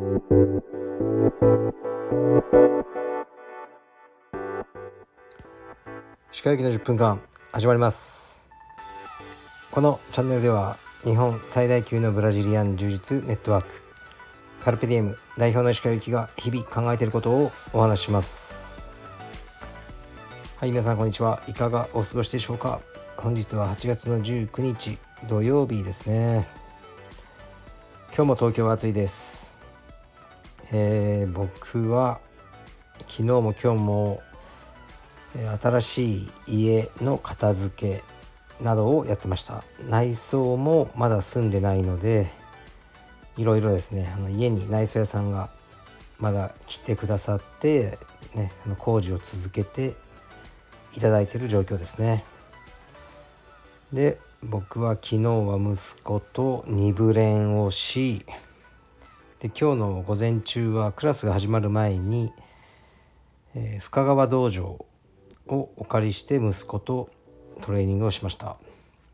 歯科行きの10分間始まります。このチャンネルでは日本最大級のブラジリアン柔術ネットワークカルペディエム代表の石川行きが日々考えていることをお話しします。はい、皆さんこんにちは。いかがお過ごしでしょうか。本日は8月の19日土曜日ですね。今日も東京は暑いです。僕は昨日も今日も新しい家の片付けなどをやってました。内装もまだ住んでないのでいろいろですね、家に内装屋さんがまだ来てくださって、工事を続けていただいている状況ですね。で、僕は昨日は息子と2部練をし、で今日の午前中はクラスが始まる前に、深川道場をお借りして息子とトレーニングをしました。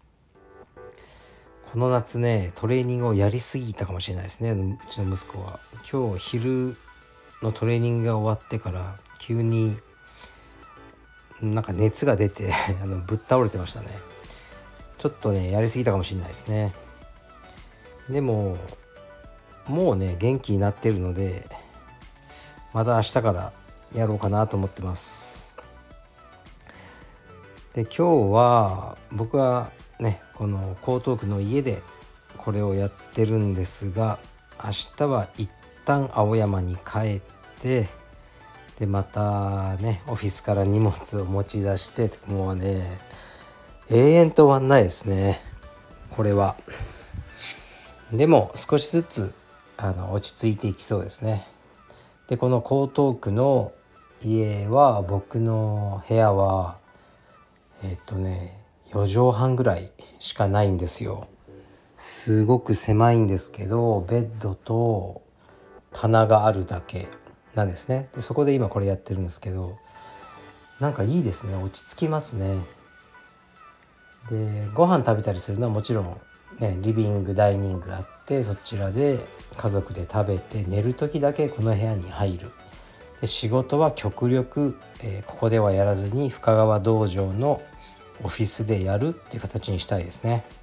この夏ね、トレーニングをやりすぎたかもしれないですね。うちの息子は今日昼のトレーニングが終わってから急になんか熱が出てぶっ倒れてましたね。ちょっとねやりすぎたかもしれないですね。でももうね元気になってるのでまた明日からやろうかなと思ってます。で今日は僕はねこの江東区の家でこれをやってるんですが、明日は一旦青山に帰ってでまたねオフィスから荷物を持ち出して、もうね永遠と終わんないですねこれは。でも少しずつ落ち着いていきそうですね。でこの江東区の家は僕の部屋は4畳半ぐらいしかないんですよ。すごく狭いんですけどベッドと棚があるだけなんですね。でそこで今これやってるんですけど、なんかいいですね。落ち着きますね。でご飯食べたりするのはもちろんね、リビングダイニングがあってそちらで家族で食べて、寝る時だけこの部屋に入る。で仕事は極力、ここではやらずに深川道場のオフィスでやるっていう形にしたいですね。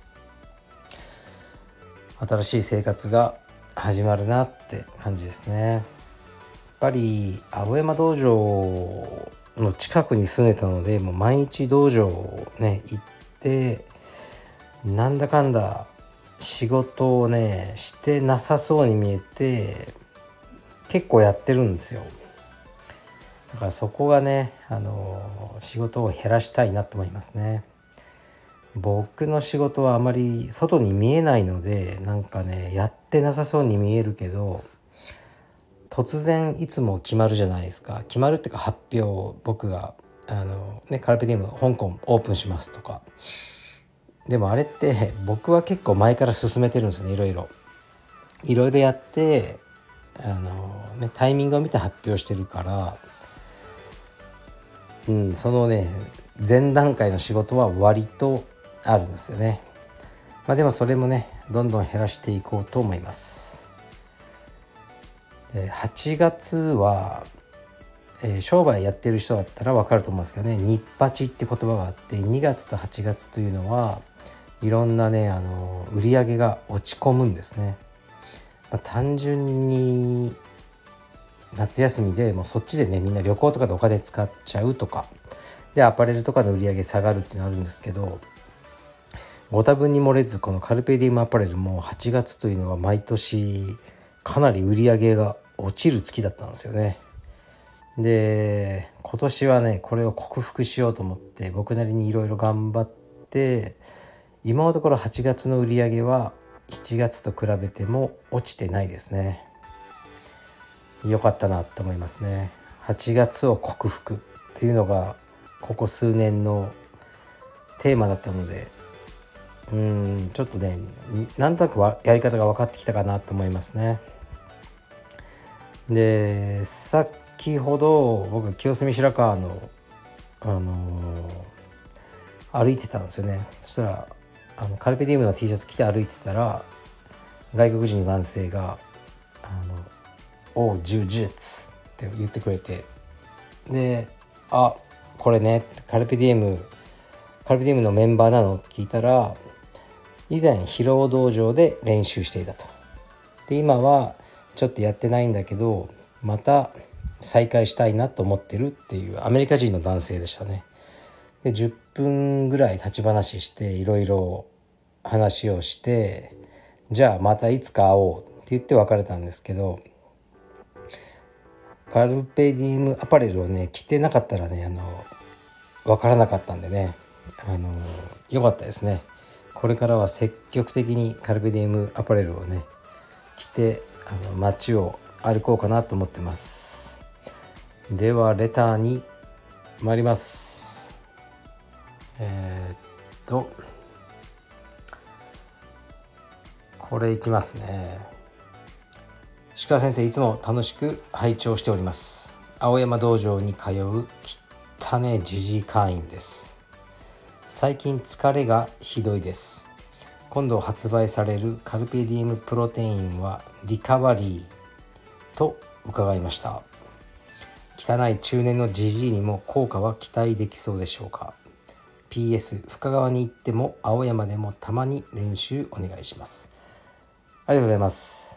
新しい生活が始まるなって感じですね。やっぱり青山道場の近くに住んでたので、もう毎日道場をね行って、なんだかんだ仕事をねしてなさそうに見えて結構やってるんですよ。だからそこがね、仕事を減らしたいなと思いますね。僕の仕事はあまり外に見えないので、なんかねやってなさそうに見えるけど突然いつも決まるじゃないですか。決まるっていうか発表、僕がカルペディウム香港オープンしますとか。でもあれって僕は結構前から進めてるんですよね。いろいろやってタイミングを見て発表してるから、そのね前段階の仕事は割とあるんですよね。でもそれもねどんどん減らしていこうと思います。で8月は、商売やってる人だったら分かると思うんですけどね、ニッパチって言葉があって、2月と8月というのはいろんなね売り上げが落ち込むんですね。単純に夏休みでもうそっちでねみんな旅行とかでお金使っちゃうとかでアパレルとかの売り上げ下がるっていうのあるんですけど、ご多分に漏れずこのカルペディウムアパレルも8月というのは毎年かなり売り上げが落ちる月だったんですよね。で今年はねこれを克服しようと思って僕なりにいろいろ頑張って、今のところ8月の売り上げは7月と比べても落ちてないですね。良かったなと思いますね。8月を克服っていうのがここ数年のテーマだったので、ちょっとねなんとなくやり方が分かってきたかなと思いますね。で先ほど僕清澄白河の歩いてたんですよね。そしたらカルペディウムの T シャツ着て歩いてたら外国人の男性がおう柔術って言ってくれて、でこれねカルペディエムのメンバーなのって聞いたら、以前疲労道場で練習していたと。で今はちょっとやってないんだけどまた再開したいなと思ってるっていうアメリカ人の男性でしたね。で10分ぐらい立ち話していろいろ話をして、じゃあまたいつか会おうって言って別れたんですけど、カルペディウムアパレルをね着てなかったらね分からなかったんでね、よかったですね。これからは積極的にカルペディウムアパレルをね着て街を歩こうかなと思ってます。ではレターに参ります。これいきますね。石川先生、いつも楽しく拝聴しております。青山道場に通う汚ねジジイ会員です。最近疲れがひどいです。今度発売されるカルペディウムプロテインはリカバリーと伺いました。汚い中年のジジイにも効果は期待できそうでしょうか。 PS 深川に行っても青山でもたまに練習お願いします。ありがとうございます。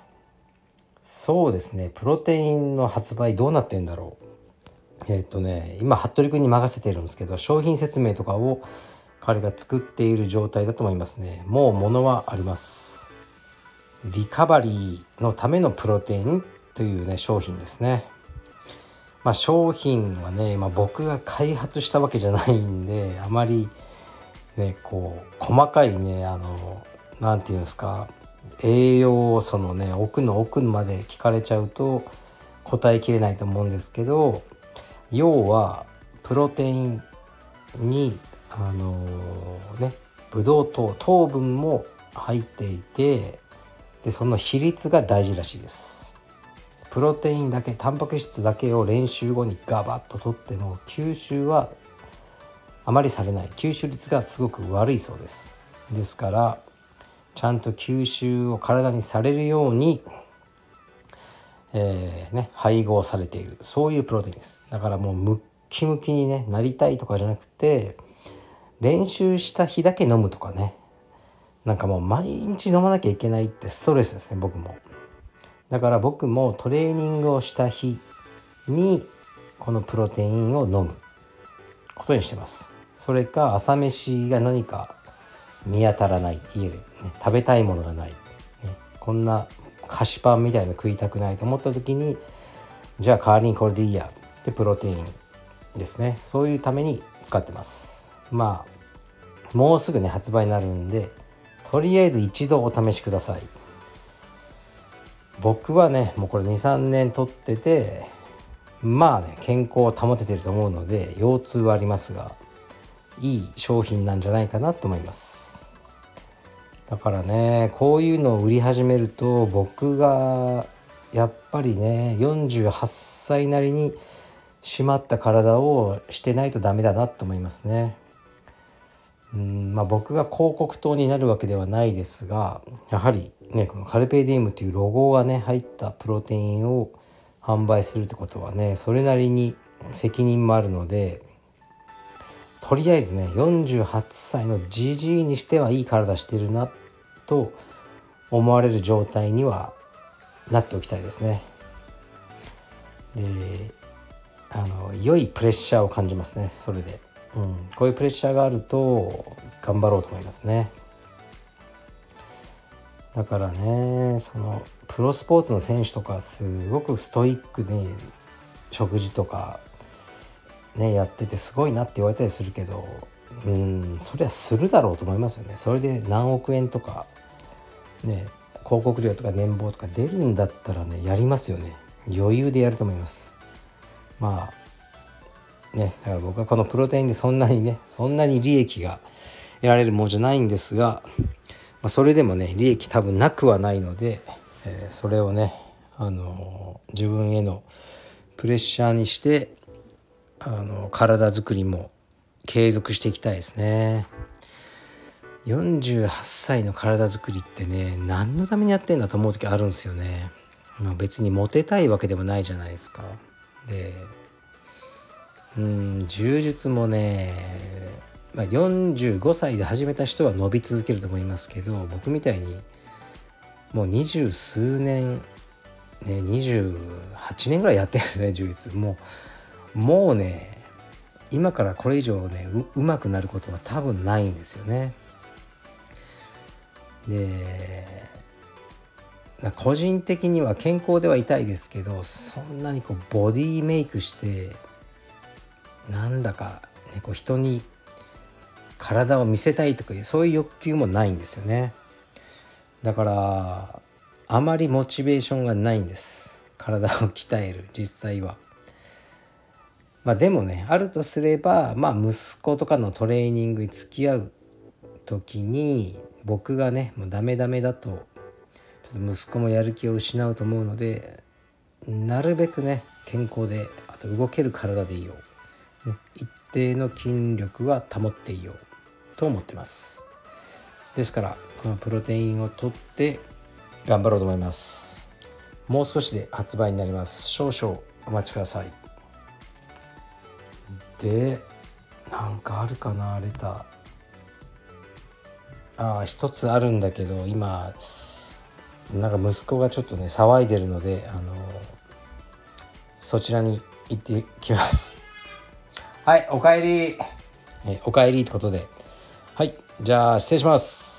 そうですね、プロテインの発売どうなってんだろう。今服部君に任せてるんですけど、商品説明とかを彼が作っている状態だと思いますね。もう物はあります。リカバリーのためのプロテインというね商品ですね。商品はね、僕が開発したわけじゃないんで、あまりね細かいねなんていうんですか、栄養素のね奥の奥まで聞かれちゃうと答えきれないと思うんですけど、要はプロテインにブドウ糖分も入っていて、でその比率が大事らしいです。プロテインだけ、タンパク質だけを練習後にガバッと取っても吸収はあまりされない、吸収率がすごく悪いそうです。ですからちゃんと吸収を体にされるように、配合されている、そういうプロテインです。だからもうムッキムキに、なりたいとかじゃなくて、練習した日だけ飲むとかね、もう毎日飲まなきゃいけないってストレスですね、僕も。だから僕もトレーニングをした日にこのプロテインを飲むことにしてます。それか朝飯が何か見当たらない、家で、食べたいものがない、こんな菓子パンみたいなの食いたくないと思った時に、じゃあ代わりにこれでいいやってプロテインですね、そういうために使ってます。もうすぐね発売になるんで、とりあえず一度お試しください。僕はねもうこれ 2,3 年取ってて、健康を保ててると思うので、腰痛はありますがいい商品なんじゃないかなと思います。だからね、こういうのを売り始めると、僕がやっぱりね48歳なりに締まった体をしてないとダメだなと思いますね。僕が広告塔になるわけではないですが、やはりねこのカルペディウムというロゴがね入ったプロテインを販売するってことはね、それなりに責任もあるので、とりあえずね48歳のジジイにしてはいい体してるなと思われる状態にはなっておきたいですね。で良いプレッシャーを感じますね、それで。こういうプレッシャーがあると頑張ろうと思いますね。だからね、そのプロスポーツの選手とかすごくストイックに食事とかねやっててすごいなって言われたりするけど、そりゃするだろうと思いますよね。それで何億円とかね広告料とか年俸とか出るんだったらねやりますよね。余裕でやると思います。だから僕はこのプロテインでそんなに利益が得られるものじゃないんですが、それでもね利益多分なくはないので、それをね自分へのプレッシャーにして体作りも継続していきたいですね。48歳の体作りってね何のためにやってんだと思う時あるんですよね。 別にモテたいわけでもないじゃないですか。で柔術もね、45歳で始めた人は伸び続けると思いますけど、僕みたいにもう20数年、28年ぐらいやってるんですね、柔術。もうね、今からこれ以上ねうまくなることは多分ないんですよね。で個人的には健康ではいたいですけど、そんなにボディメイクしてなんだか、人に体を見せたいとかいうそういう欲求もないんですよね。だからあまりモチベーションがないんです、体を鍛える実際は。でもね、あるとすれば、息子とかのトレーニングに付き合う時に僕がねもうダメだとちょっと息子もやる気を失うと思うので、なるべくね健康で、あと動ける体でいよう、一定の筋力は保っていようと思ってます。ですからこのプロテインを取って頑張ろうと思います。もう少しで発売になります。少々お待ちください。でなんかあるかな、レター。一つあるんだけど、今なんか息子がちょっとね騒いでるので、そちらに行ってきます。はい、おかえり。おかえりってことで、はい、じゃあ失礼します。